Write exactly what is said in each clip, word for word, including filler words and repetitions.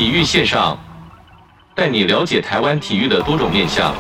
体育线上，带你了解台湾体育的多种面向。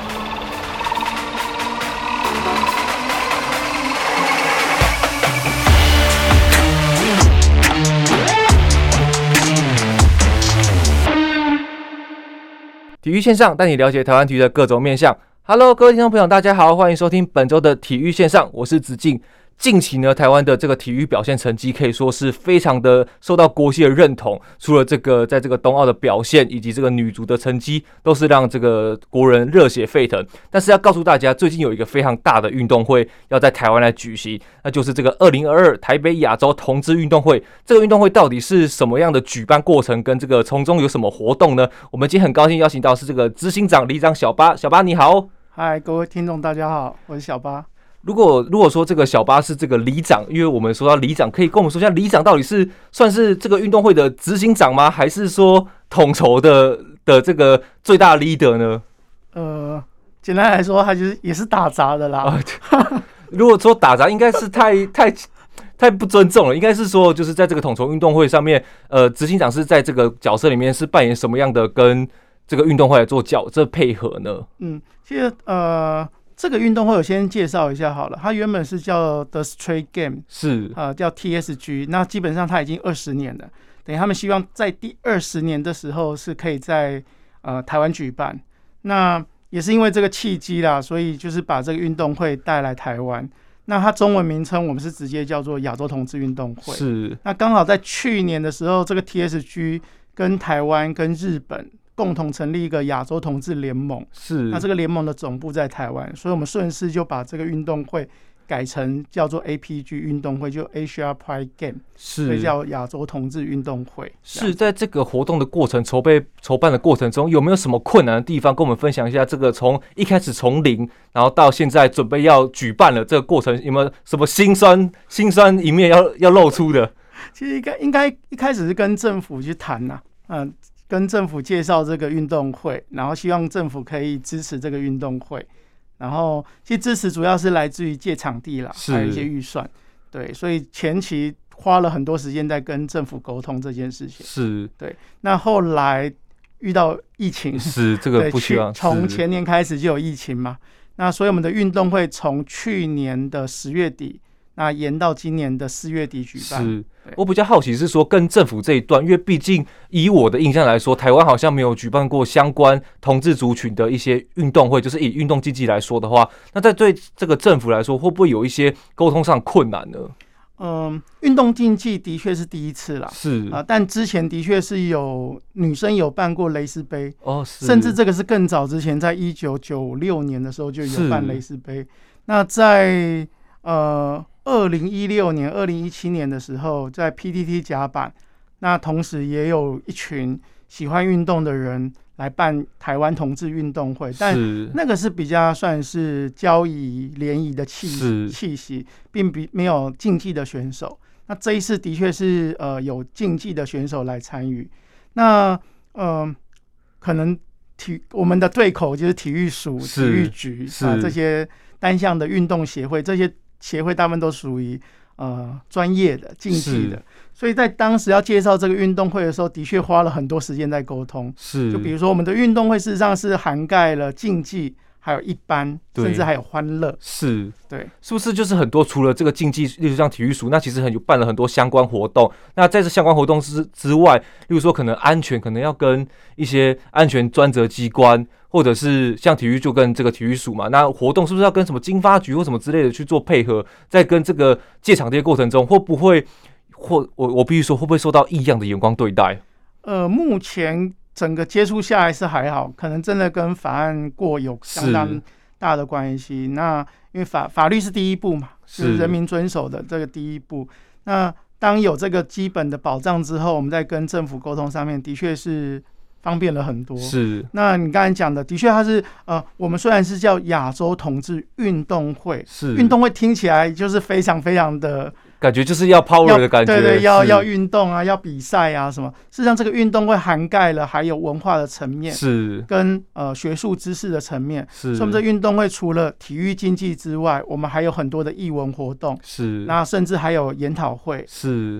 体育线上带你了解台湾体育的各种面向。Hello， 各位听众朋友，大家好，欢迎收听本周的体育线上，我是子敬。近期呢，台湾的这个体育表现成绩可以说是非常的受到国际的认同。除了这个在这个冬奥的表现，以及这个女足的成绩，都是让这个国人热血沸腾。但是要告诉大家，最近有一个非常大的运动会要在台湾来举行，那就是这个二零二二台北亚洲同志运动会。这个运动会到底是什么样的举办过程，跟这个从中有什么活动呢？我们今天很高兴邀请到是这个执行长、里长小巴。小巴你好。 嗨，各位听众大家好，我是小巴。 如果如果说这个小巴是这个里长，因为我们说到里长，可以跟我们说一下里长到底是算是这个运动会的执行长吗？还是说统筹的的这个最大 leader 呢？ 呃，简单来说，他就是也是打杂的啦。 呃、如果说打杂，应该是太太太不尊重了。应该是说，就是在这个统筹运动会上面，呃，执行长是在这个角色里面是扮演什么样的跟这个运动会来做角色配合呢？ 嗯，其实呃。这个运动会我先介绍一下好了，它原本是叫 The Street Game， 是啊、呃，叫 T S G。那基本上它已经二十年了，等于他们希望在第二十年的时候是可以在呃台湾举办。那也是因为这个契机啦，所以就是把这个运动会带来台湾。那它中文名称我们是直接叫做亚洲同志运动会。 是。 那刚好在去年的时候，这个 T S G 跟台湾跟日本共同成立一个亚洲同志联盟， 是。 那这个联盟的总部在台湾，所以我们顺势就把这个运动会改成叫做 A P G 运动会，就 Asia Pride Game， 是， 所以叫亚洲同志运动会。 是在这个活动的过程筹备筹办的过程中，有没有什么困难的地方？跟我们分享一下。这个从一开始从零，然后到现在准备要举办了，这个过程有没有什么辛酸辛酸一面要要露出的？ 其实应该应该一开始是跟政府去谈呐、啊，嗯。跟政府介绍这个运动会，然后希望政府可以支持这个运动会，然后其实支持主要是来自于借场地啦，还有一些预算，对，所以前期花了很多时间在跟政府沟通这件事情， 是， 对。那后来遇到疫情， 是这个不希望， 从前年开始就有疫情嘛，那所以我们的运动会从去年的十月底。那延到今年的四月底举办。 是，我比较好奇是说跟政府这一段，因为毕竟以我的印象来说，台湾好像没有举办过相关同志族群的一些运动会，就是以运动竞技来说的话，那在对这个政府来说，会不会有一些沟通上困难呢？ 嗯，运动竞技的确是第一次啦， 是啊、呃，但之前的确是有女生有办过蕾丝杯哦，是， 甚至这个是更早之前，在一九九六年的时候就有办蕾丝杯。那在呃。二零一六年、二零一七年的时候，在 P T T 甲板，那同时也有一群喜欢运动的人来办台湾同志运动会，但那个是比较算是交谊联谊的气气息，并比没有竞技的选手。那这一次的确是呃有竞技的选手来参与。那呃可能体我们的对口就是体育署、体育局啊这些单项的运动协会这些。协会大部分都属于呃专业的竞技的，所以在当时要介绍这个运动会的时候，的确花了很多时间在沟通。 是， 就比如说我们的运动会事实上是涵盖了竞技，还有一般，甚至还有欢乐。 是， 对， 是不是就是很多除了这个竞技，例如像体育署，那其实很有办了很多相关活动。那在这相关活动之之外，例如说可能安全，可能要跟一些安全专责机关。或者是像体育就跟这个体育署嘛，那活动是不是要跟什么经发局或什么之类的去做配合？在跟这个借场地的过程中，会不会或我我必须说，会不会受到异样的眼光对待？ 呃，目前整个接触下来是还好，可能真的跟法案过有相当大的关系。那因为法法律是第一步嘛，是人民遵守的这个第一步。那当有这个基本的保障之后，我们在跟政府沟通上面，的确是。方便了很多。 是， 那你刚才讲的，的确它是呃，我们虽然是叫亚洲同志运动会， 是运动会听起来就是非常非常的感觉，就是要 power 的感觉， 对对，要要运动啊，要比赛啊什么。事实上，这个运动会涵盖了还有文化的层面， 是跟呃学术知识的层面。 是， 所以我们这运动会除了体育竞技之外，我们还有很多的艺文活动， 是， 那甚至还有研讨会， 是啊。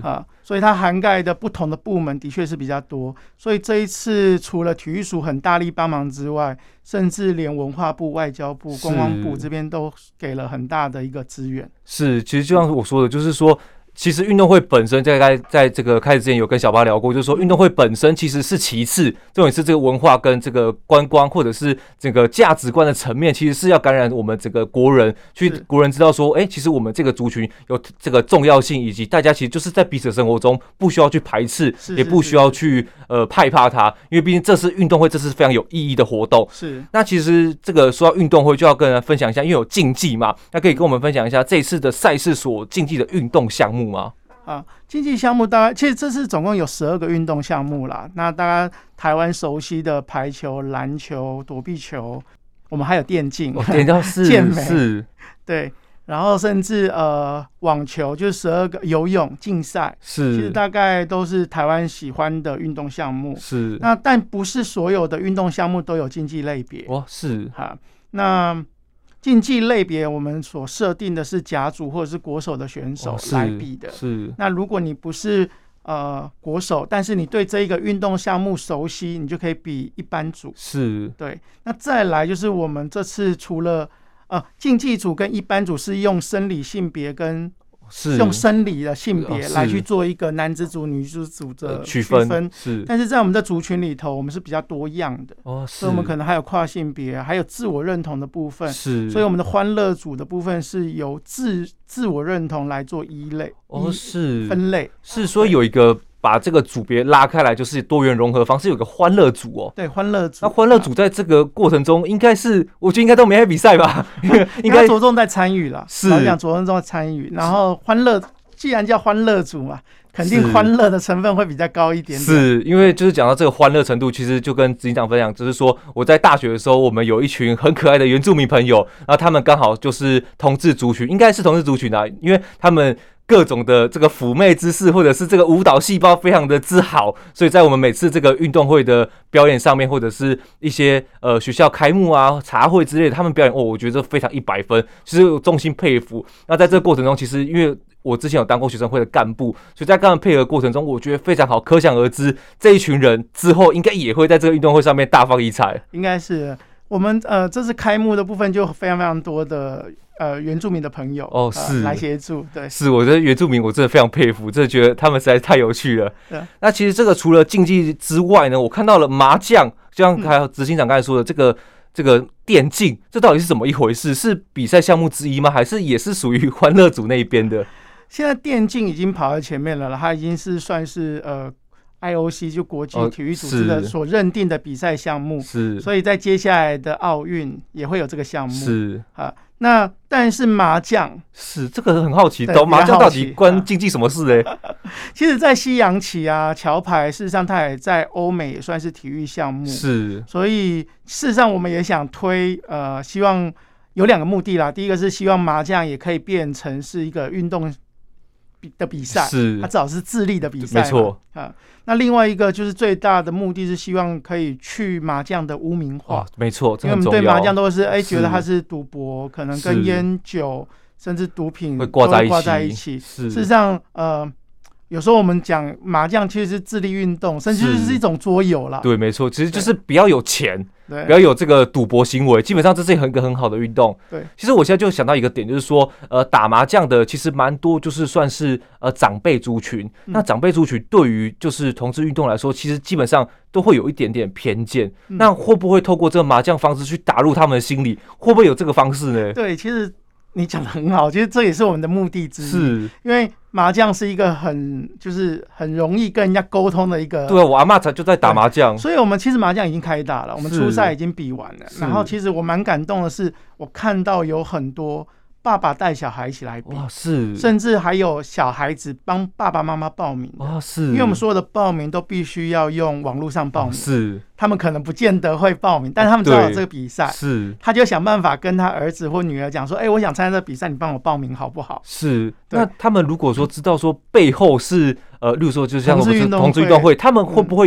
所以它涵盖的不同的部门的确是比较多。所以这一次除了体育署很大力帮忙之外，甚至连文化部、外交部、观光部这边都给了很大的一个资源。 是，其实就像我说的，就是说。其实运动会本身在在在这个开始之前有跟小巴聊过，就是说运动会本身其实是其次，重点是这个文化跟这个观光或者是整个价值观的层面，其实是要感染我们整个国人，去国人知道说，哎、欸，其实我们这个族群有这个重要性，以及大家其实就是在彼此的生活中不需要去排斥， 是是是是也不需要去呃害怕它，因为毕竟这是运动会，这是非常有意义的活动。 是。 那其实这个说到运动会，就要跟人分享一下，因为有竞技嘛，那可以跟我们分享一下这一次的赛事所竞技的运动项目吗？ 啊，竞技项目大概其实这次总共有十二个运动项目啦。那大家台湾熟悉的排球、篮球、躲避球，我们还有电竞、 哦、电竞是健美， 是， 对，然后甚至呃网球，就是十二个游泳竞赛， 是， 其实大概都是台湾喜欢的运动项目。 是， 那但不是所有的运动项目都有竞技类别。 哇，是哈，那。竞技类别我们所设定的是甲组或者是国手的选手来比的。 哦、是。 那如果你不是呃国手，但是你对这一个运动项目熟悉，你就可以比一般组。 是。 对。那再来就是我们这次除了呃竞技组跟一般组是用生理性别跟是用生理的性别来去做一个男子组、女子组的区分， 呃、是。 但是在我们的族群里头，我们是比较多样的， 哦， 所以我们可能还有跨性别，还有自我认同的部分， 是。 所以我们的欢乐组的部分是由自自我认同来做一类， 哦，是分类， 是说有一个。把这个组别拉开来，就是多元融合方式，有个欢乐组哦。 对，欢乐组。 那欢乐组在这个过程中，应该是我觉得应该都没在比赛吧？ 应该着重在参与啦， 是讲着重在参与。然后欢乐，既然叫欢乐组嘛，肯定欢乐的成分会比较高一点点。 是因为就是讲到这个欢乐程度，其实就跟执行长分享，就是说我在大学的时候，我们有一群很可爱的原住民朋友，然后他们刚好就是同志族群，应该是同志族群啊，因为他们。各种的这个妩媚之事，或者是这个舞蹈细胞非常的之好，所以在我们每次这个运动会的表演上面，或者是一些呃学校开幕啊、茶会之类的，他们表演哦，我觉得非常一百分，其实我衷心佩服。那在这个过程中，其实因为我之前有当过学生会的干部，所以在跟他们配合过程中，我觉得非常好。可想而知，这一群人之后应该也会在这个运动会上面大放异彩。 应该是我们呃这次开幕的部分就非常非常多的。呃，原住民的朋友哦，是、 呃、来协助，对， 是，我觉得原住民我真的非常佩服，真的觉得他们实在太有趣了。 对， 那其实这个除了竞技之外呢，我看到了麻将，就像还有执行长刚才说的，这个、嗯、这个电竞，这到底是怎么一回事？是比赛项目之一吗？还是也是属于欢乐组那一边的？ 现在电竞已经跑在前面了，它已经是算是呃。I O C 就国际体育组织的所认定的比赛项目， 是， 所以在接下来的奥运也会有这个项目， 是啊。那但是麻将是这个很好奇，懂麻将到底关竞技什么事嘞？ 其实，在西洋棋啊、桥牌，事实上它也在欧美也算是体育项目， 是。 所以事实上，我们也想推，呃，希望有两个目的啦。第一个是希望麻将也可以变成是一个运动的比赛， 是它至少是智力的比赛， 没错啊。那另外一个就是最大的目的是希望可以去麻将的污名化， 哦、没错， 因为我们对麻将都是哎、欸、觉得它是赌博，可能跟烟酒甚至毒品会挂在一起。 在一起事实上，呃，有时候我们讲麻将其实是智力运动，甚至是一种桌游啦。 对，没错，其实就是不要有钱。 对， 不要有这个赌博行为，基本上这是一个很好的运动。 对， 其实我现在就想到一个点，就是说，呃，打麻将的其实蛮多，就是算是呃长辈族群。嗯、那长辈族群对于就是同志运动来说，其实基本上都会有一点点偏见。嗯、那会不会透过这个麻将方式去打入他们的心里？会不会有这个方式呢？ 对，其实你讲得很好，其实这也是我们的目的之一。 是， 因为麻将是一个很就是很容易跟人家沟通的一个。 对啊，我阿嬷就在打麻将， 所以我们其实麻将已经开打了，我们初赛已经比完了。然后其实我蛮感动的是，我看到有很多爸爸带小孩一起来比， 哇，是， 甚至还有小孩子帮爸爸妈妈报名， 哇，是， 因为我们所有的报名都必须要用网络上报名， 是， 他们可能不见得会报名，但是他们知道有这个比赛， 是， 他就想办法跟他儿子或女儿讲说，哎、欸，我想参加这个比赛，你帮我报名好不好？ 是，那他们如果说知道说背后是呃，例如说就像我们是同志运动会，他们会不会？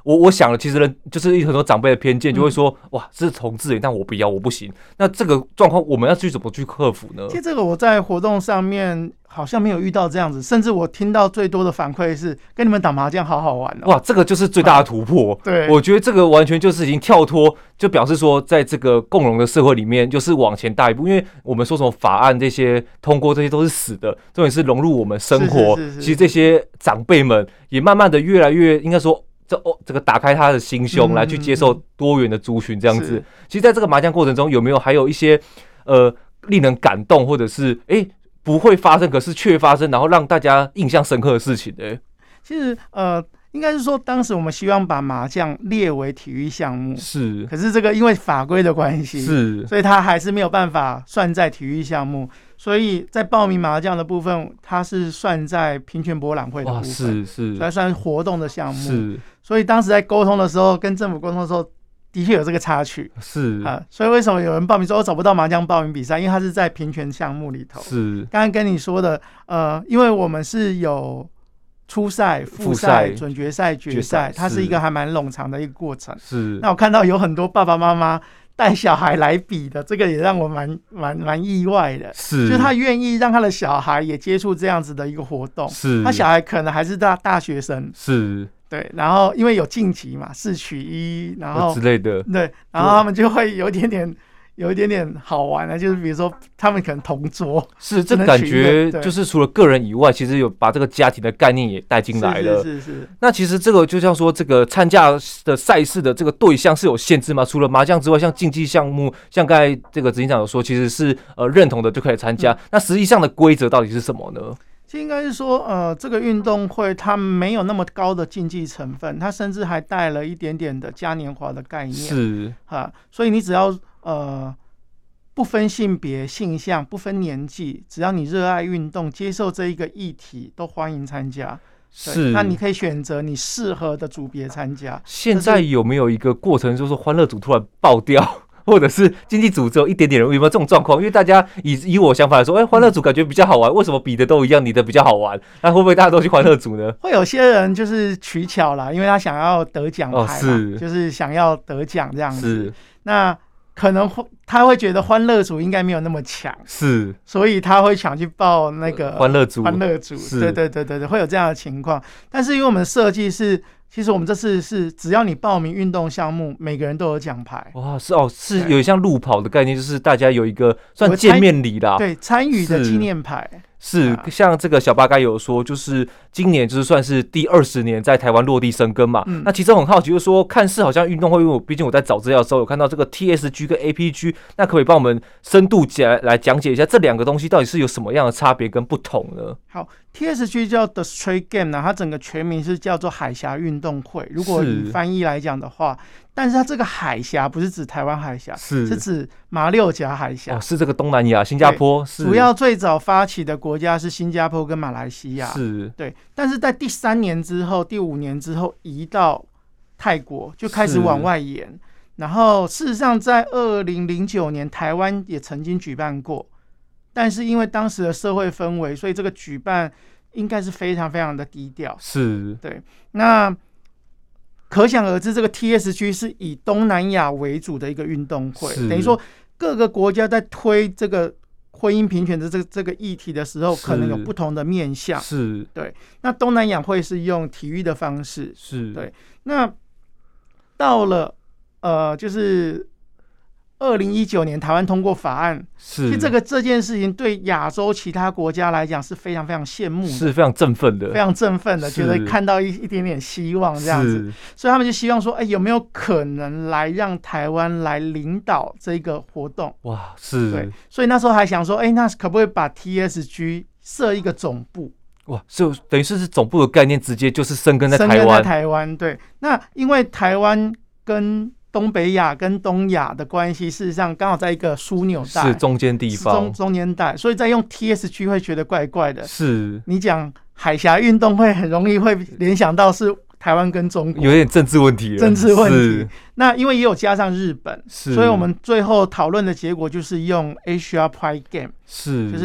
我我想了，其实人就是很多长辈的偏见，就会说、嗯、哇，这是同志，但我不要，我不行。那这个状况我们要去怎么去克服呢？ 其实这个我在活动上面好像没有遇到这样子，甚至我听到最多的反馈是跟你们打麻将好好玩哦。 哇，这个就是最大的突破。 啊、对， 我觉得这个完全就是已经跳脱，就表示说在这个共荣的社会里面，就是往前大一步。因为我们说什么法案这些通过，这些都是死的，重点是融入我们生活。 是是是是， 其实这些长辈们也慢慢的越来越应该说。这哦，这个打开他的心胸来去接受多元的族群这样子。其实，在这个麻将过程中，有没有还有一些呃令人感动，或者是哎不会发生，可是却发生，然后让大家印象深刻的事情呢？ 其实呃，应该是说，当时我们希望把麻将列为体育项目， 是。 可是这个因为法规的关系， 是，所以它还是没有办法算在体育项目。所以在报名麻将的部分，它是算在平权博览会的部分， 是是， 所以算活动的项目。 是， 所以当时在沟通的时候，跟政府沟通的时候，的确有这个插曲。 是啊，所以为什么有人报名说我找不到麻将报名比赛？因为它是在平权项目里头。 是， 刚刚跟你说的，呃，因为我们是有初赛、复赛、准决赛、决赛，它是一个还蛮冗长的一个过程。 是， 那我看到有很多爸爸妈妈带小孩来比的，这个也让我蛮蛮蛮意外的。 是， 就他愿意让他的小孩也接触这样子的一个活动。 是， 他小孩可能还是大大学生。 是， 对，然后因为有晋级嘛，四取一，然后之类的。 对，然后他们就会有一点点。有一点点好玩的，就是比如说他们可能同桌， 是这感觉就是除了个人以外，其实有把这个家庭的概念也带进来了。 是是 是, 是。 那其实这个就像说，这个参加的赛事的这个对象是有限制吗？除了麻将之外，像竞技项目，像刚才这个执行长有说，其实是呃认同的就可以参加。嗯、那实际上的规则到底是什么呢？ 其实应该是说，呃，这个运动会它没有那么高的竞技成分，它甚至还带了一点点的嘉年华的概念。 是啊，所以你只要呃。不分性别、性向，不分年纪，只要你热爱运动，接受这一个议题，都欢迎参加。 是， 那你可以选择你适合的组别参加。 现在有没有一个过程，就是欢乐组突然爆掉，或者是竞技组只有一点点人，有没有这种状况？因为大家以以我想法来说，哎、欸，欢乐组感觉比较好玩，为什么比的都一样，你的比较好玩？那会不会大家都去欢乐组呢？ 会有些人就是取巧啦，因为他想要得奖牌、哦， 是， 就是想要得奖这样子。 是， 那。可能他会觉得欢乐组应该没有那么强， 是， 所以他会想去报那个欢乐组。 欢乐组，对对对对对，会有这样的情况。但是因为我们的设计是，其实我们这次是只要你报名运动项目，每个人都有奖牌。 哇，是哦，是有像路跑的概念，就是大家有一个算见面礼啦， 对，参与的纪念牌。 是，像这个小八该有说，就是今年就是算是第二十年在台湾落地生根嘛。嗯、那其实很好奇，就是说，看似好像运动会，因为我毕竟我在找资料的时候有看到这个 T S G 跟 A P G， 那可不可以帮我们深度讲来讲解一下这两个东西到底是有什么样的差别跟不同呢？ 好 ，T S G 叫 The Strait Game 呢，它整个全名是叫做海峡运动会。如果以翻译来讲的话，但是它这个海峡不是指台湾海峡，是是指马六甲海峡。 哦，是这个东南亚，新加坡。是主要最早发起的国家是新加坡跟马来西亚。 是， 对。但是在第三年之后，第五年之后移到泰国，就开始往外延。然后事实上，在二零零九年，台湾也曾经举办过，但是因为当时的社会氛围，所以这个举办应该是非常非常的低调。 是， 对。那可想而知，这个 T S G 是以东南亚为主的一个运动会，等于说各个国家在推这个婚姻平权的这个这个议题的时候，可能有不同的面向。 是， 对。那东南亚会是用体育的方式， 是对。那到了呃，就是二零一九年台湾通过法案， 是， 其实这个这件事情对亚洲其他国家来讲是非常非常羡慕的， 是非常振奋的， 非常振奋的，觉得看到一一点点希望这样子，所以他们就希望说，哎，有没有可能来让台湾来领导这个活动？ 哇，是， 对，所以那时候还想说，哎，那可不可以把 T S G 设一个总部？ 哇，就等于是是总部的概念，直接就是生根在台湾。 生根在台湾，对。那因为台湾跟东北亚跟东亚的关系，事实上刚好在一个枢纽带， 是中间地方， 中中间带，所以在用 T S G 会觉得怪怪的。 是， 你讲海峡运动会很容易会联想到是台湾跟中国， 有点政治问题了。 政治问题。那因为也有加上日本， 是， 所以我们最后讨论的结果就是用 Asia Pride Game， 是， 就是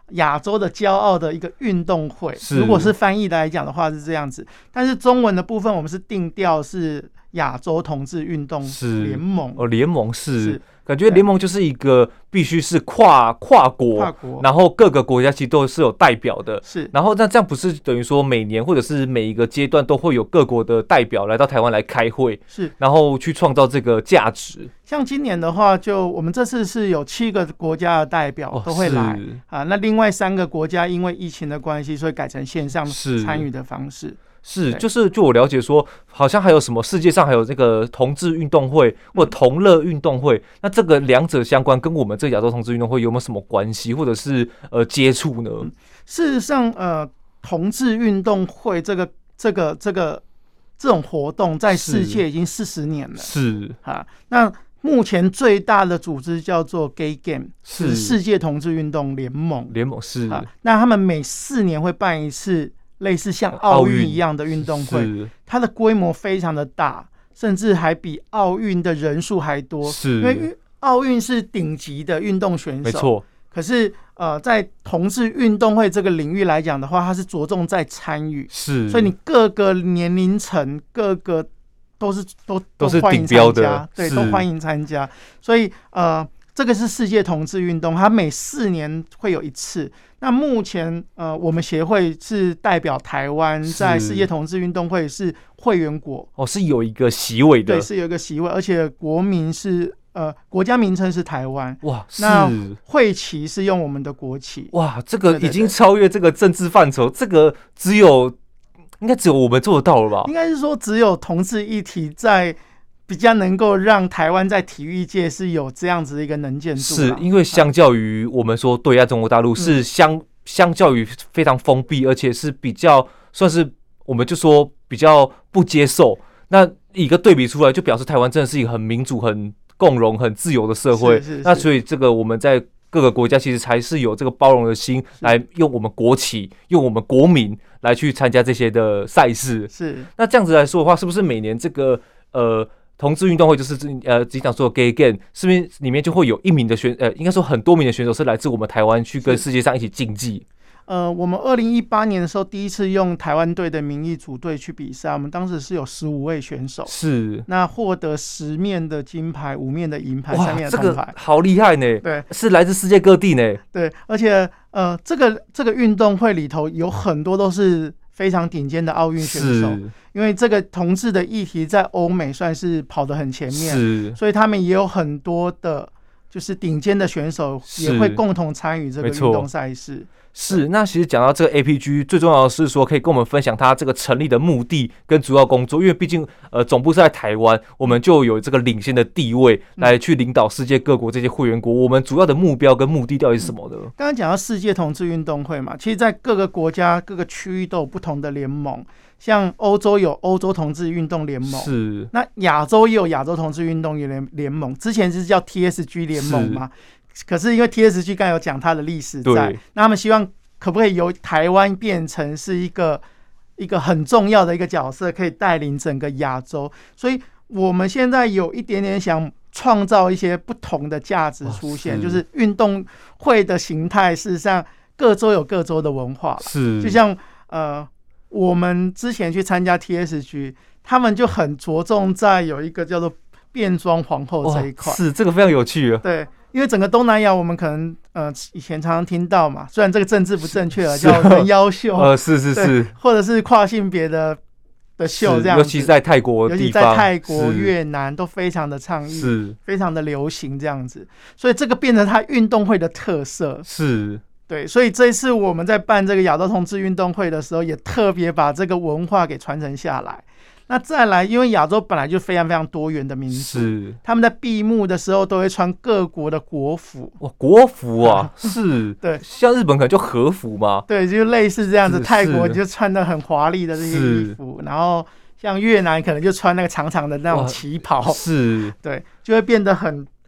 亚洲的骄傲的一个运动会。如果是翻译来讲的话是这样子，但是中文的部分我们是定调是亚洲同志运动联盟。 哦，联盟是。是感觉联盟就是一个必须是跨跨国，跨国，然后各个国家其实都是有代表的， 是。 然后那这样不是等于说每年或者是每一个阶段都会有各国的代表来到台湾来开会， 是， 然后去创造这个价值。 像今年的话，就我们这次是有七个国家的代表都会来、哦、啊，那另外三个国家因为疫情的关系，所以改成线上参与的方式。 是，就是就我了解说，好像还有什么世界上还有这个同志运动会或同乐运动会，嗯、那这个两者相关，跟我们这亚洲同志运动会有没有什么关系，或者是呃接触呢？嗯、 事实上，呃，同志运动会这个这个这个这种活动在世界已经四十年了， 是啊。那目前最大的组织叫做 Gay Game， 是世界同志运动联盟， 联盟是啊。那他们每四年会办一次。类似像奥运一样的运动会，它的规模非常的大，甚至还比奥运的人数还多。 是， 因为奥运是顶级的运动选手， 没错。 可是呃，在同志运动会这个领域来讲的话，它是着重在参与， 是。 所以你各个年龄层、各个都是都都是欢迎参加，对，都欢迎参加。所以呃。这个是世界同志运动，它每四年会有一次。那目前呃，我们协会是代表台湾在世界同志运动会是会员国哦，是有一个席位的， 对，是有一个席位，而且国名是呃国家名称是台湾。 哇， 那会旗是用我们的国旗。 哇，这个已经超越这个政治范畴，这个只有应该只有我们做得到了吧？ 应该是说只有同志议题在。比较能够让台湾在体育界是有这样子的一个能见度， 是因为相较于我们说对岸中国大陆是相、嗯、相较于非常封闭，而且是比较算是我们就说比较不接受。那一个对比出来，就表示台湾真的是一个很民主、很共荣、很自由的社会。 是是是， 那所以这个我们在各个国家其实才是有这个包容的心，来用我们国旗、用我们国民来去参加这些的赛事。 是， 那这样子来说的话，是不是每年这个呃？同志运动会就是呃，自己讲说的 Gay Game， 是不是里面就会有一名的选呃，应该说很多名的选手是来自我们台湾去跟世界上一起竞技。 呃，我们二零一八年的时候第一次用台湾队的名义组队去比赛，我们当时是有十五位选手， 是那获得十面的金牌、五面的银牌、三面的铜牌， 这个好厉害呢！ 对， 是来自世界各地呢。 对，而且呃，这个这个运动会里头有很多都是非常顶尖的奥运选手，因为这个同志的议题在欧美算是跑得很前面， 是， 所以他们也有很多的，就是顶尖的选手也会共同参与这个运动赛事。 是，那其实讲到这个 A P G， 最重要的是说可以跟我们分享它这个成立的目的跟主要工作，因为毕竟呃总部是在台湾，我们就有这个领先的地位来去领导世界各国这些会员国。我们主要的目标跟目的到底是什么呢？ 刚刚讲到世界同志运动会嘛，其实在各个国家、各个区域都有不同的联盟。像欧洲有欧洲同志运动联盟， 是， 那亚洲也有亚洲同志运动联联盟，之前是叫 T S G 联盟嘛。可是因为 T S G 刚才有讲它的历史在，那他们希望可不可以由台湾变成是一个一个很重要的一个角色，可以带领整个亚洲。所以我们现在有一点点想创造一些不同的价值出现，就是运动会的形态，事实上各州有各州的文化， 是， 就像呃我们之前去参加 T S G， 他们就很着重在有一个叫做变装皇后这一块， 是，这个非常有趣啊。 对，因为整个东南亚，我们可能呃以前常常听到嘛，虽然这个政治不正确了，叫人妖秀， 呃，是是是， 或者是跨性别的的秀这样子， 尤其是在泰国的地方， 尤其在泰国、越南都非常的倡议， 是非常的流行这样子，所以这个变成它运动会的特色， 是。 对，所以这一次我们在办这个亚洲同志运动会的时候，也特别把这个文化给传承下来。那再来，因为亚洲本来就非常非常多元的民族， 是他们在闭幕的时候都会穿各国的国服。 哇，国服啊，是， 对， 像日本可能就和服嘛， 对，就类似这样子。泰国就穿的很华丽的这些衣服，然后像越南可能就穿那个长长的那种旗袍， 是， 对，就会变得很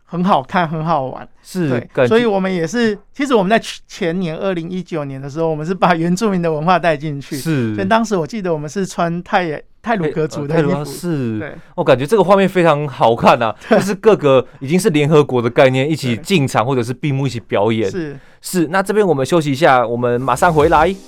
很好看，很好玩， 是， 对，所以我们也是，其实我们在前年二零一九年的时候，我们是把原住民的文化带进去， 是，所以当时我记得我们是穿泰泰鲁格族的衣服， 呃、是，我感觉这个画面非常好看啊，就是各个已经是联合国的概念一起进场或者是闭幕一起表演， 是是，那这边我们休息一下，我们马上回来。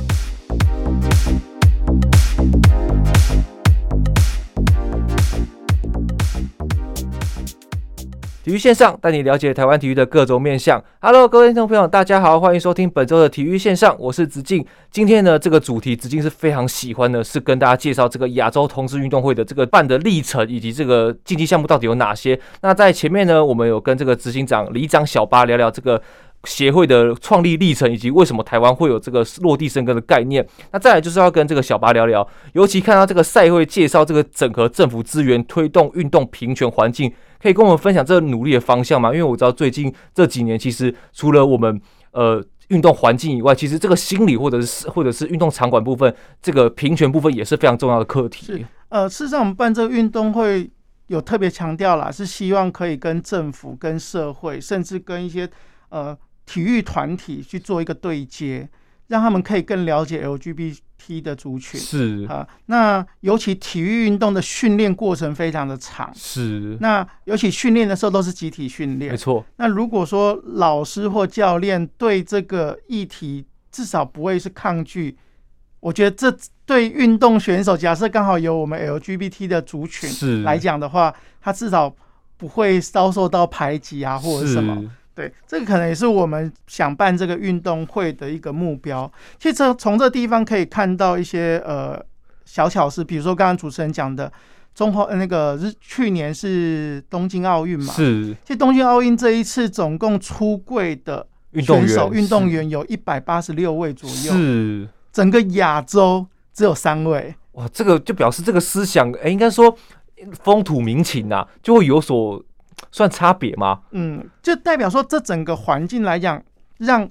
体育线上带你了解台湾体育的各种面向。Hello， 各位听众朋友，大家好，欢迎收听本周的体育线上，我是子敬。今天呢，这个主题子敬是非常喜欢的，是跟大家介绍这个亚洲同志运动会的这个办的历程，以及这个竞技项目到底有哪些。那在前面呢，我们有跟这个执行长、里长小巴聊聊这个协会的创立历程，以及为什么台湾会有这个落地生根的概念。那再来就是要跟这个小巴聊聊，尤其看到这个赛会介绍这个整合政府资源，推动运动平权环境。可以跟我们分享这个努力的方向吗？因为我知道最近这几年，其实除了我们呃运动环境以外，其实这个心理或者是或者是运动场馆部分，这个平权部分也是非常重要的课题。 是呃，事实上我们办这个运动会有特别强调啦，是希望可以跟政府、跟社会，甚至跟一些呃体育团体去做一个对接，让他们可以更了解 L G B T 的族群。 是啊、呃，那尤其体育运动的训练过程非常的长， 是。 那尤其训练的时候都是集体训练， 没错。 那如果说老师或教练对这个议题至少不会是抗拒，我觉得这对运动选手，假设刚好有我们 L G B T 的族群来讲的话，他至少不会遭受到排挤啊，或者什么。对，这个可能也是我们想办这个运动会的一个目标。其实从这地方可以看到一些呃小巧思，比如说刚刚主持人讲的，中华那个去年是东京奥运嘛， 是。 其实东京奥运这一次总共出柜的选手运动员有一百八十六位左右， 是。 整个亚洲只有三位。 哇，这个就表示这个思想，哎、欸，应该说风土民情啊，就会有所。算差别吗？ 嗯，就代表说这整个环境来讲，让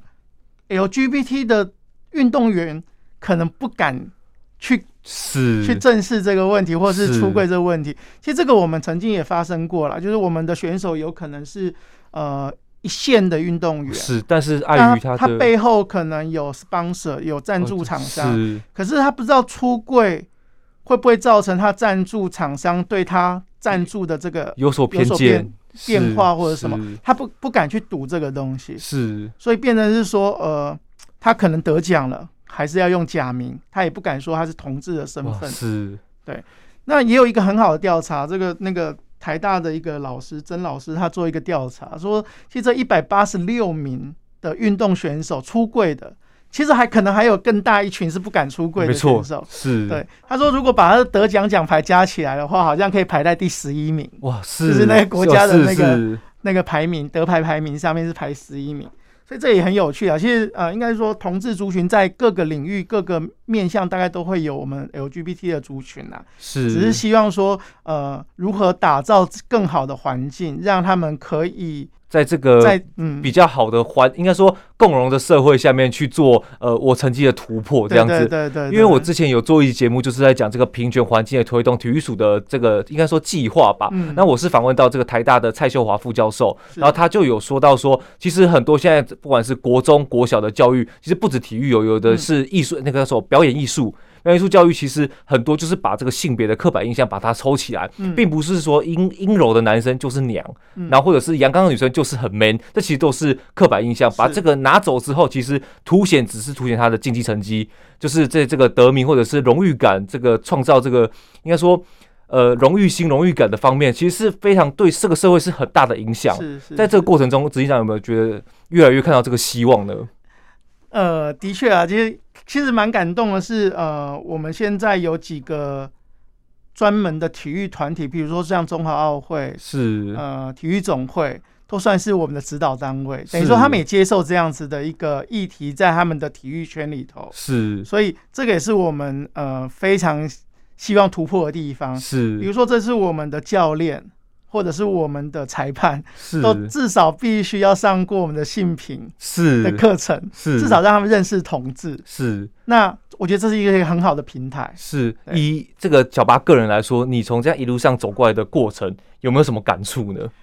L G B T 的运动员可能不敢去是去正视这个问题，或是出柜这个问题。其实这个我们曾经也发生过了，就是我们的选手有可能是呃一线的运动员， 是，但是碍于他的他背后可能有 sponsor 有赞助厂商、哦，是，可是他不知道出柜会不会造成他赞助厂商对他赞助的这个有所偏见。 变化或者什么，他不不敢去赌这个东西， 是， 所以变成是说，呃，他可能得奖了，还是要用假名，他也不敢说他是同志的身份， 是， 对。那也有一个很好的调查，这个那个台大的一个老师曾老师，他做一个调查，说，其实这一百八十六名的运动选手出柜的。其实还可能还有更大一群是不敢出柜的选手， 是。 对，他说如果把他的得奖奖牌加起来的话，好像可以排在第十一名。 哇，是， 就是那个国家的那个是是那个排名得牌排名上面是排十一名，所以这也很有趣啊。其实呃，应该说同志族群在各个领域、各个面向，大概都会有我们 L G B T 的族群啊。 是， 只是希望说呃，如何打造更好的环境，让他们可以。 在这个比较好的环，应该说共荣的社会下面去做呃我成绩的突破这样子。 对对 对, 对, 对。 因为我之前有做一节目，就是在讲这个平权环境的推动，体育署的这个应该说计划吧。嗯。那我是访问到这个台大的蔡秀华副教授，然后他就有说到说，其实很多现在不管是国中、国小的教育，其实不止体育有，有的是艺术、嗯、那个什么表演艺术。表演艺术教育其实很多就是把这个性别的刻板印象把它抽起来，嗯、并不是说阴阴柔的男生就是娘，嗯、然后或者是阳刚的女生就是很 man， 这其实都是刻板印象。把这个拿走之后，其实凸显只是凸显他的竞技成绩，就是在这个得名或者是荣誉感，这个创造这个应该说呃荣誉心、荣誉感的方面，其实是非常对这个社会是很大的影响。在这个过程中，执行长有没有觉得越来越看到这个希望呢？ 呃，的确啊，其实其实蛮感动的是，呃，我们现在有几个专门的体育团体，比如说像中华奥会， 是呃体育总会，都算是我们的指导单位。等于说他们也接受这样子的一个议题，在他们的体育圈里头， 是， 所以这个也是我们呃非常希望突破的地方。 是， 比如说这是我们的教练。或者是我们的裁判，都至少必须要上过我们的性平的课程，至少让他们认识同志。 是， 那我觉得这是一个很好的平台。 是，以这个小巴个人来说，你从这样一路上走过来的过程，有没有什么感触呢？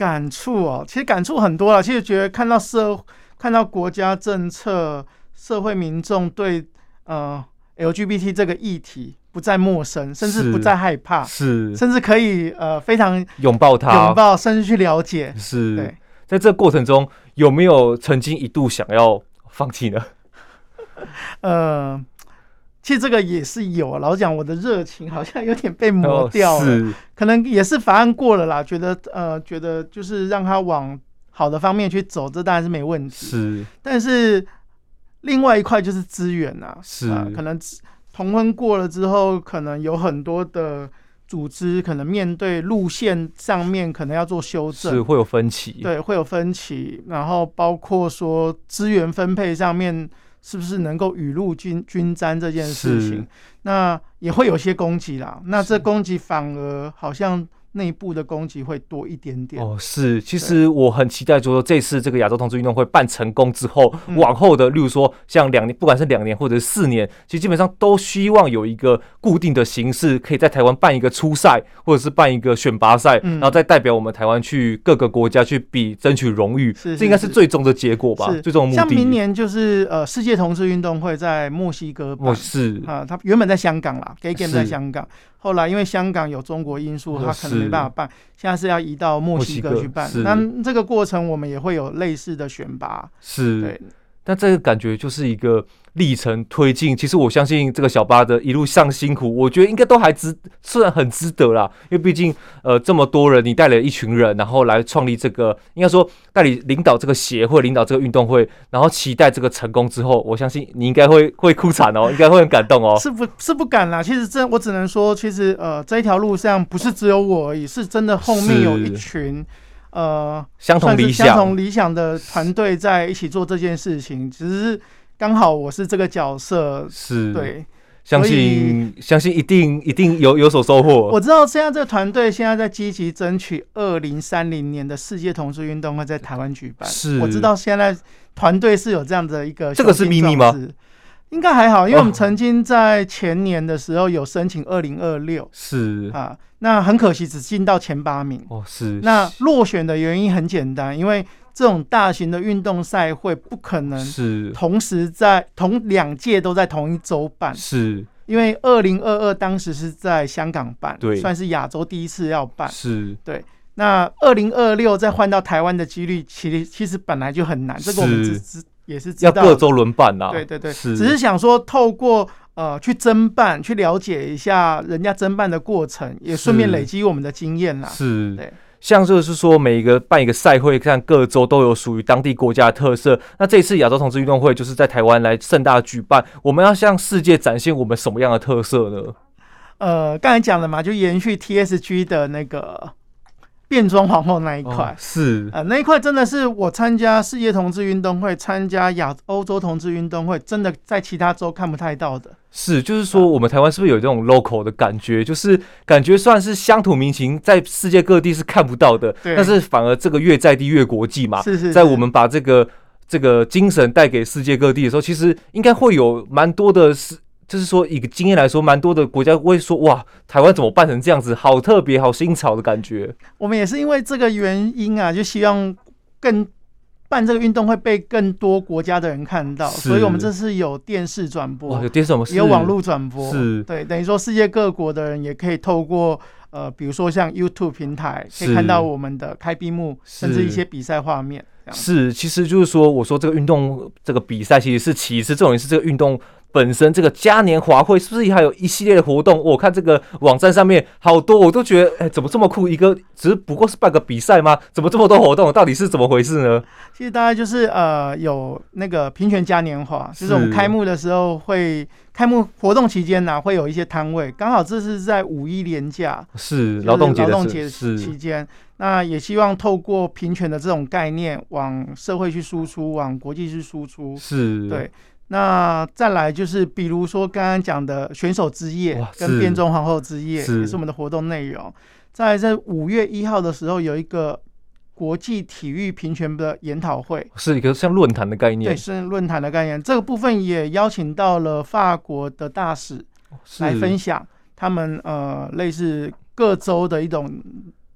感触哦，其实感触很多了。其实觉得看到社看到国家政策、社会民众对呃 L G B T 这个议题不再陌生，甚至不再害怕， 是， 甚至可以呃非常拥抱它， 拥抱，甚至去了解。 是， 对， 在这个过程中，有没有曾经一度想要放弃呢？ 呃。其实这个也是有，老实讲，我的热情好像有点被磨掉了， 哦、 可能也是法案过了啦，觉得呃，觉得就是让他往好的方面去走，这当然是没问题。 是， 但是另外一块就是资源啊， 是、 呃，可能同婚过了之后，可能有很多的组织可能面对路线上面可能要做修正， 是会有分歧， 对，会有分歧，然后包括说资源分配上面。是不是能够雨露均均沾这件事情？那也会有些攻击啦。那这攻击反而好像内部的攻击会多一点点。 哦，是，其实我很期待说这次这个亚洲同志运动会办成功之后，嗯、往后的，例如说像两年，不管是两年或者是四年，其实基本上都希望有一个固定的形式，可以在台湾办一个初赛，或者是办一个选拔赛，嗯、然后再代表我们台湾去各个国家去比，争取荣誉。是是是，这应该是最终的结果吧？最终的目的。 像明年就是呃世界同志运动会在墨西哥办， 是啊，它原本在香港啦 ，Gay Game 在香港。后来因为香港有中国因素，他可能没办法办，现在是要移到墨西哥去办。那这个过程我们也会有类似的选拔， 是， 对。 但这个感觉就是一个历程推进。其实我相信这个小巴的一路上辛苦，我觉得应该都还值，虽然很值得啦，因为毕竟呃这么多人，你带了一群人，然后来创立这个，应该说带领领导这个协会，领导这个运动会，然后期待这个成功之后，我相信你应该会会哭惨哦，应该会很感动哦。 是不是不敢啦？其实这我只能说，其实呃这一条路上不是只有我而已，是真的后面有一群。呃， 相同理想、 相同理想的团队在一起做这件事情，只是刚好我是这个角色， 是对， 相信相信一定一定有有所收获。 我知道现在这个团队现在在积极争取二零三零年的世界同志运动会在台湾举办。 是， 我知道现在团队是有这样的一个， 这个是秘密吗？ 应该还好，因为我们曾经在前年的时候有申请二零二六， 是啊，那很可惜只进到前八名。 哦，是。 那落选的原因很简单，因为这种大型的运动赛会不可能是同时在同两届都在同一周办， 是。 因为二零二二当时是在香港办， 对， 算是亚洲第一次要办， 是对。那二零二六再换到台湾的几率，其实其实本来就很难，这个我们只知也是知道要各州轮办啦。 对对对， 是只是想说透过呃去侦办，去了解一下人家侦办的过程，也顺便累积我们的经验啦。 是， 对。 像就是说，每一个办一个赛会，看各州都有属于当地国家的特色。那这一次亚洲同志运动会就是在台湾来盛大举办，我们要向世界展现我们什么样的特色呢？ 呃，刚才讲了嘛，就延续 T S G 的那个变装皇后那一块、哦、 是呃那一块真的是我参加世界同志运动会、参加亚欧洲同志运动会，真的在其他州看不太到的。 是，就是说我们台湾是不是有这种 local 的感觉？就是感觉算是乡土民情，在世界各地是看不到的，但是反而这个越在地越国际嘛。 是是是， 在我们把这个这个精神带给世界各地的时候，其实应该会有蛮多的是。就是说，一个经验来说，蛮多的国家会说：“哇，台湾怎么办成这样子？好特别，好新潮的感觉。” 我们也是因为这个原因啊，就希望更办这个运动会被更多国家的人看到，所以我们这次有电视转播， 有电视， 也有网络转播， 是， 对，等于说世界各国的人也可以透过呃，比如说像 YouTube 平台，可以看到我们的开闭幕，甚至一些比赛画面。 是，其实就是说，我说这个运动这个比赛其实是其次，重点是这个运动本身，这个嘉年华会是不是还有一系列的活动？我看这个网站上面好多，我都觉得，哎、欸，怎么这么酷？一个只是不过是办个比赛吗？怎么这么多活动？到底是怎么回事呢？ 其实大概就是呃，有那个平权嘉年华，就是我们开幕的时候会开幕活动期间呢、啊，会有一些摊位，刚好这是在五一连假， 是劳动节劳动节期间。那也希望透过平权的这种概念，往社会去输出，往国际去输出。 是， 对。那再来就是，比如说刚刚讲的选手之夜跟变装皇后之夜，也是我们的活动内容。再来在五月一号的时候，有一个国际体育平权的研讨会， 是一个像论坛的概念。 对，是论坛的概念。这个部分也邀请到了法国的大使来分享他们呃类似各州的一种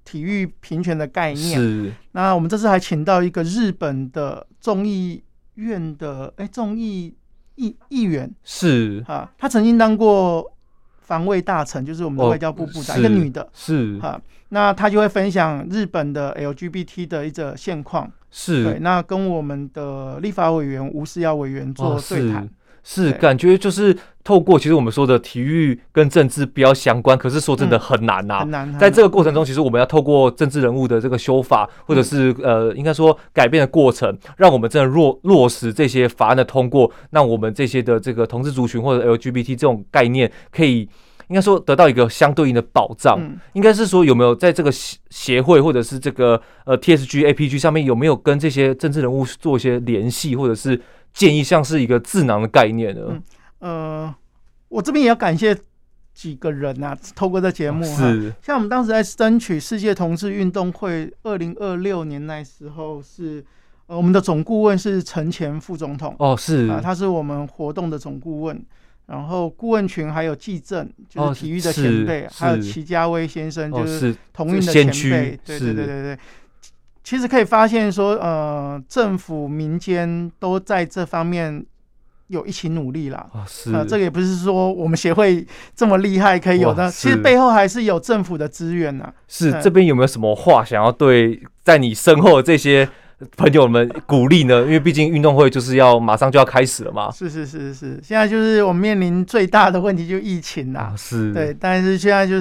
体育平权的概念。 是。 那我们这次还请到一个日本的众议院的哎众议议议员，是啊，他曾经当过防卫大臣，就是我们的外交部部长，哦、一个女的，是啊，那他就会分享日本的 L G B T 的一个现况，是对，那跟我们的立法委员吴思瑶委员做对谈。哦是感觉就是透过其实我们说的体育跟政治比较相关，可是说真的很难呐、啊嗯。很难。在这个过程中，其实我们要透过政治人物的这个修法，或者是、嗯、呃，应该说改变的过程，让我们真的落落实这些法案的通过，让我们这些的这个同志族群或者 L G B T 这种概念，可以应该说得到一个相对应的保障。嗯、应该是说有没有在这个协会或者是这个呃 T S G A P G 上面有没有跟这些政治人物做一些联系，或者是建议像是一个智囊的概念呢？嗯， 呃，我这边也要感谢几个人啊，透过这节目哈，像我们当时在争取世界同志运动会，二零二六年那时候是，呃，我们的总顾问是陈前副总统哦，是啊、呃，他是我们活动的总顾问，然后顾问群还有纪政，就是体育的前辈，哦、还有齐家威先生，就是同运的前辈，对对对对对。其实可以发现说，呃，政府、民间都在这方面有一起努力啦。啊，是。呃，这个也不是说我们协会这么厉害可以有的，其实背后还是有政府的资源呐。 是，这边有没有什么话想要对在你身后的这些朋友们鼓励呢？因为毕竟运动会就是要马上就要开始了嘛。 是是是是，现在就是我们面临最大的问题就是疫情啦。啊、是。对，但是现在就是。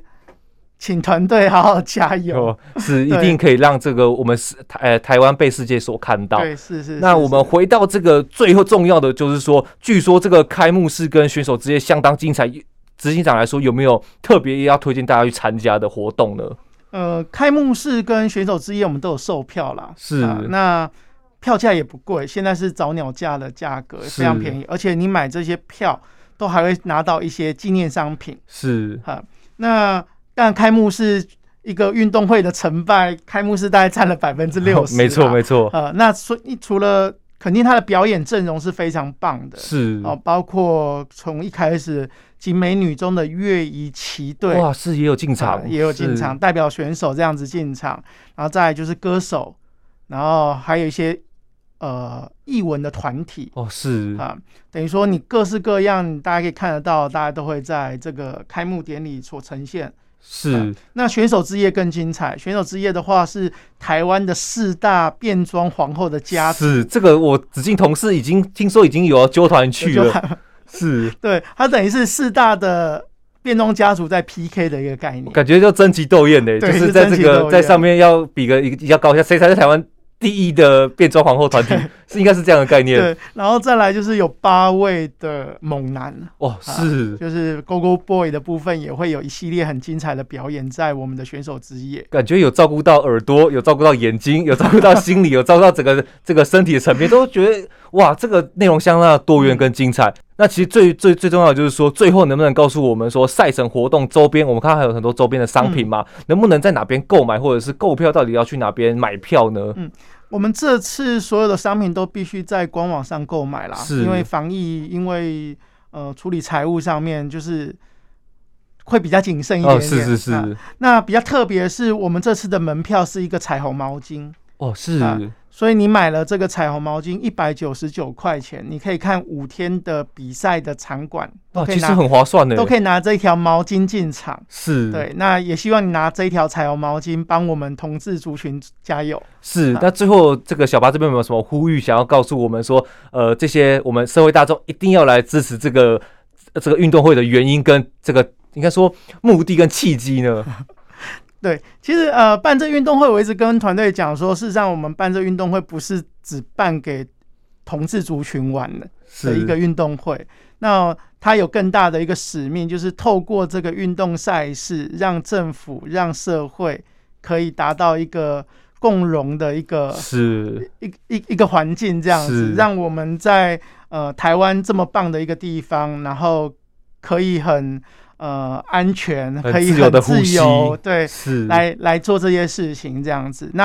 请团队好好加油， 哦、是一定可以让这个我们台呃台湾被世界所看到。 对，是 是, 是。 那我们回到这个最后重要的，就是说，据说这个开幕式跟选手之夜相当精彩。执行长来说，有没有特别要推荐大家去参加的活动呢？ 呃，开幕式跟选手之夜我们都有售票啦，是、啊、那票价也不贵，现在是早鸟价的价格，非常便宜，而且你买这些票都还会拿到一些纪念商品。是哈，那。但开幕式一个运动会的成败，开幕式大概占了百分之六十。 没错，没错。 呃，那所以除了肯定他的表演阵容是非常棒的，是哦、呃，包括从一开始景美女中的越仪旗队， 哇，是也有进场、呃， 也有进场，代表选手这样子进场，然后再来就是歌手，然后还有一些呃艺文的团体，哦，是啊、呃，等于说你各式各样，大家可以看得到，大家都会在这个开幕典礼所呈现。是、啊，那选手之夜更精彩。选手之夜的话，是台湾的四大变装皇后的家族。 是这个，我子敬同事已经听说已经有揪团去了。是， 对，它等于是四大的变装家族在 P K 的一个概念， 感觉就争奇斗艳的，就是在这个在上面要比个一个要高下，谁才是台湾第一的变装皇后团体，是应该是这样的概念。 对，然后再来就是有八位的猛男， 哦，是、啊， 就是 Go Go Boy 的部分也会有一系列很精彩的表演在我们的选手之夜， 感觉有照顾到耳朵，有照顾到眼睛，有照顾到心理，有照顾到整个这个身体的层面，都觉得哇，这个内容相当的多元跟精彩。那其实最最最重要的就是说，最后能不能告诉我们说，赛程活动周边，我们看到还有很多周边的商品嘛，嗯、能不能在哪边购买，或者是购票到底要去哪边买票呢？嗯， 我们这次所有的商品都必须在官网上购买啦，因为防疫，因为呃处理财务上面就是会比较谨慎一点点。哦，是是是、啊。那比较特别的是，我们这次的门票是一个彩虹毛巾。 哦，是。 啊，所以你买了这个彩虹毛巾一百九十九块钱，你可以看五天的比赛的场馆， 哇，其实很划算的， 都可以拿这一条毛巾进场。是，对，那也希望你拿这一条彩虹毛巾帮我们同志族群加油。 是，那最后这个小巴这边有没有什么呼吁想要告诉我们说，呃，这些我们社会大众一定要来支持这个这个运动会的原因跟这个应该说目的跟契机呢？ 对，其实呃，办这运动会，我一直跟团队讲说，事实上我们办这运动会不是只办给同志族群玩的的一个运动会，那它有更大的一个使命，就是透过这个运动赛事，让政府、让社会可以达到一个共荣的一个是一一一个环境，这样子，让我们在呃台湾这么棒的一个地方，然后可以很。呃，安全可以很自由，对，是来来做这些事情这样子。那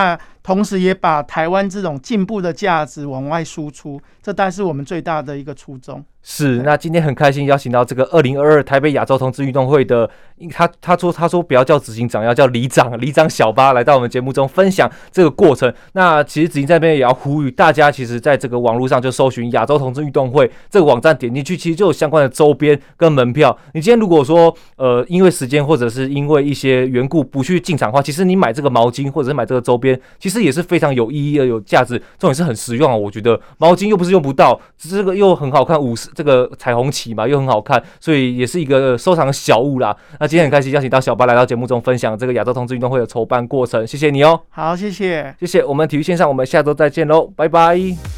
同时也把台湾这种进步的价值往外输出，这当然是我们最大的一个初衷。 是，那今天很开心邀请到这个二零二二台北亚洲同志运动会的，他他说他说不要叫执行长，要叫里长，里长小巴来到我们节目中分享这个过程。那其实执行这边也要呼吁大家，其实在这个网络上就搜寻亚洲同志运动会这个网站，点进去其实就有相关的周边跟门票。你今天如果说呃因为时间或者是因为一些缘故不去进场的话，其实你买这个毛巾或者是买这个周边，其实也是非常有意义的、有价值，重点是很实用啊。我觉得毛巾又不是用不到，这个又很好看，五十。这个彩虹旗嘛又很好看，所以也是一个收藏小物啦。那今天很开心邀请到小巴来到节目中分享这个亚洲同志运动会的筹办过程，谢谢你哦。 好，谢谢， 谢谢。我们体育线上，我们下周再见喽，拜拜。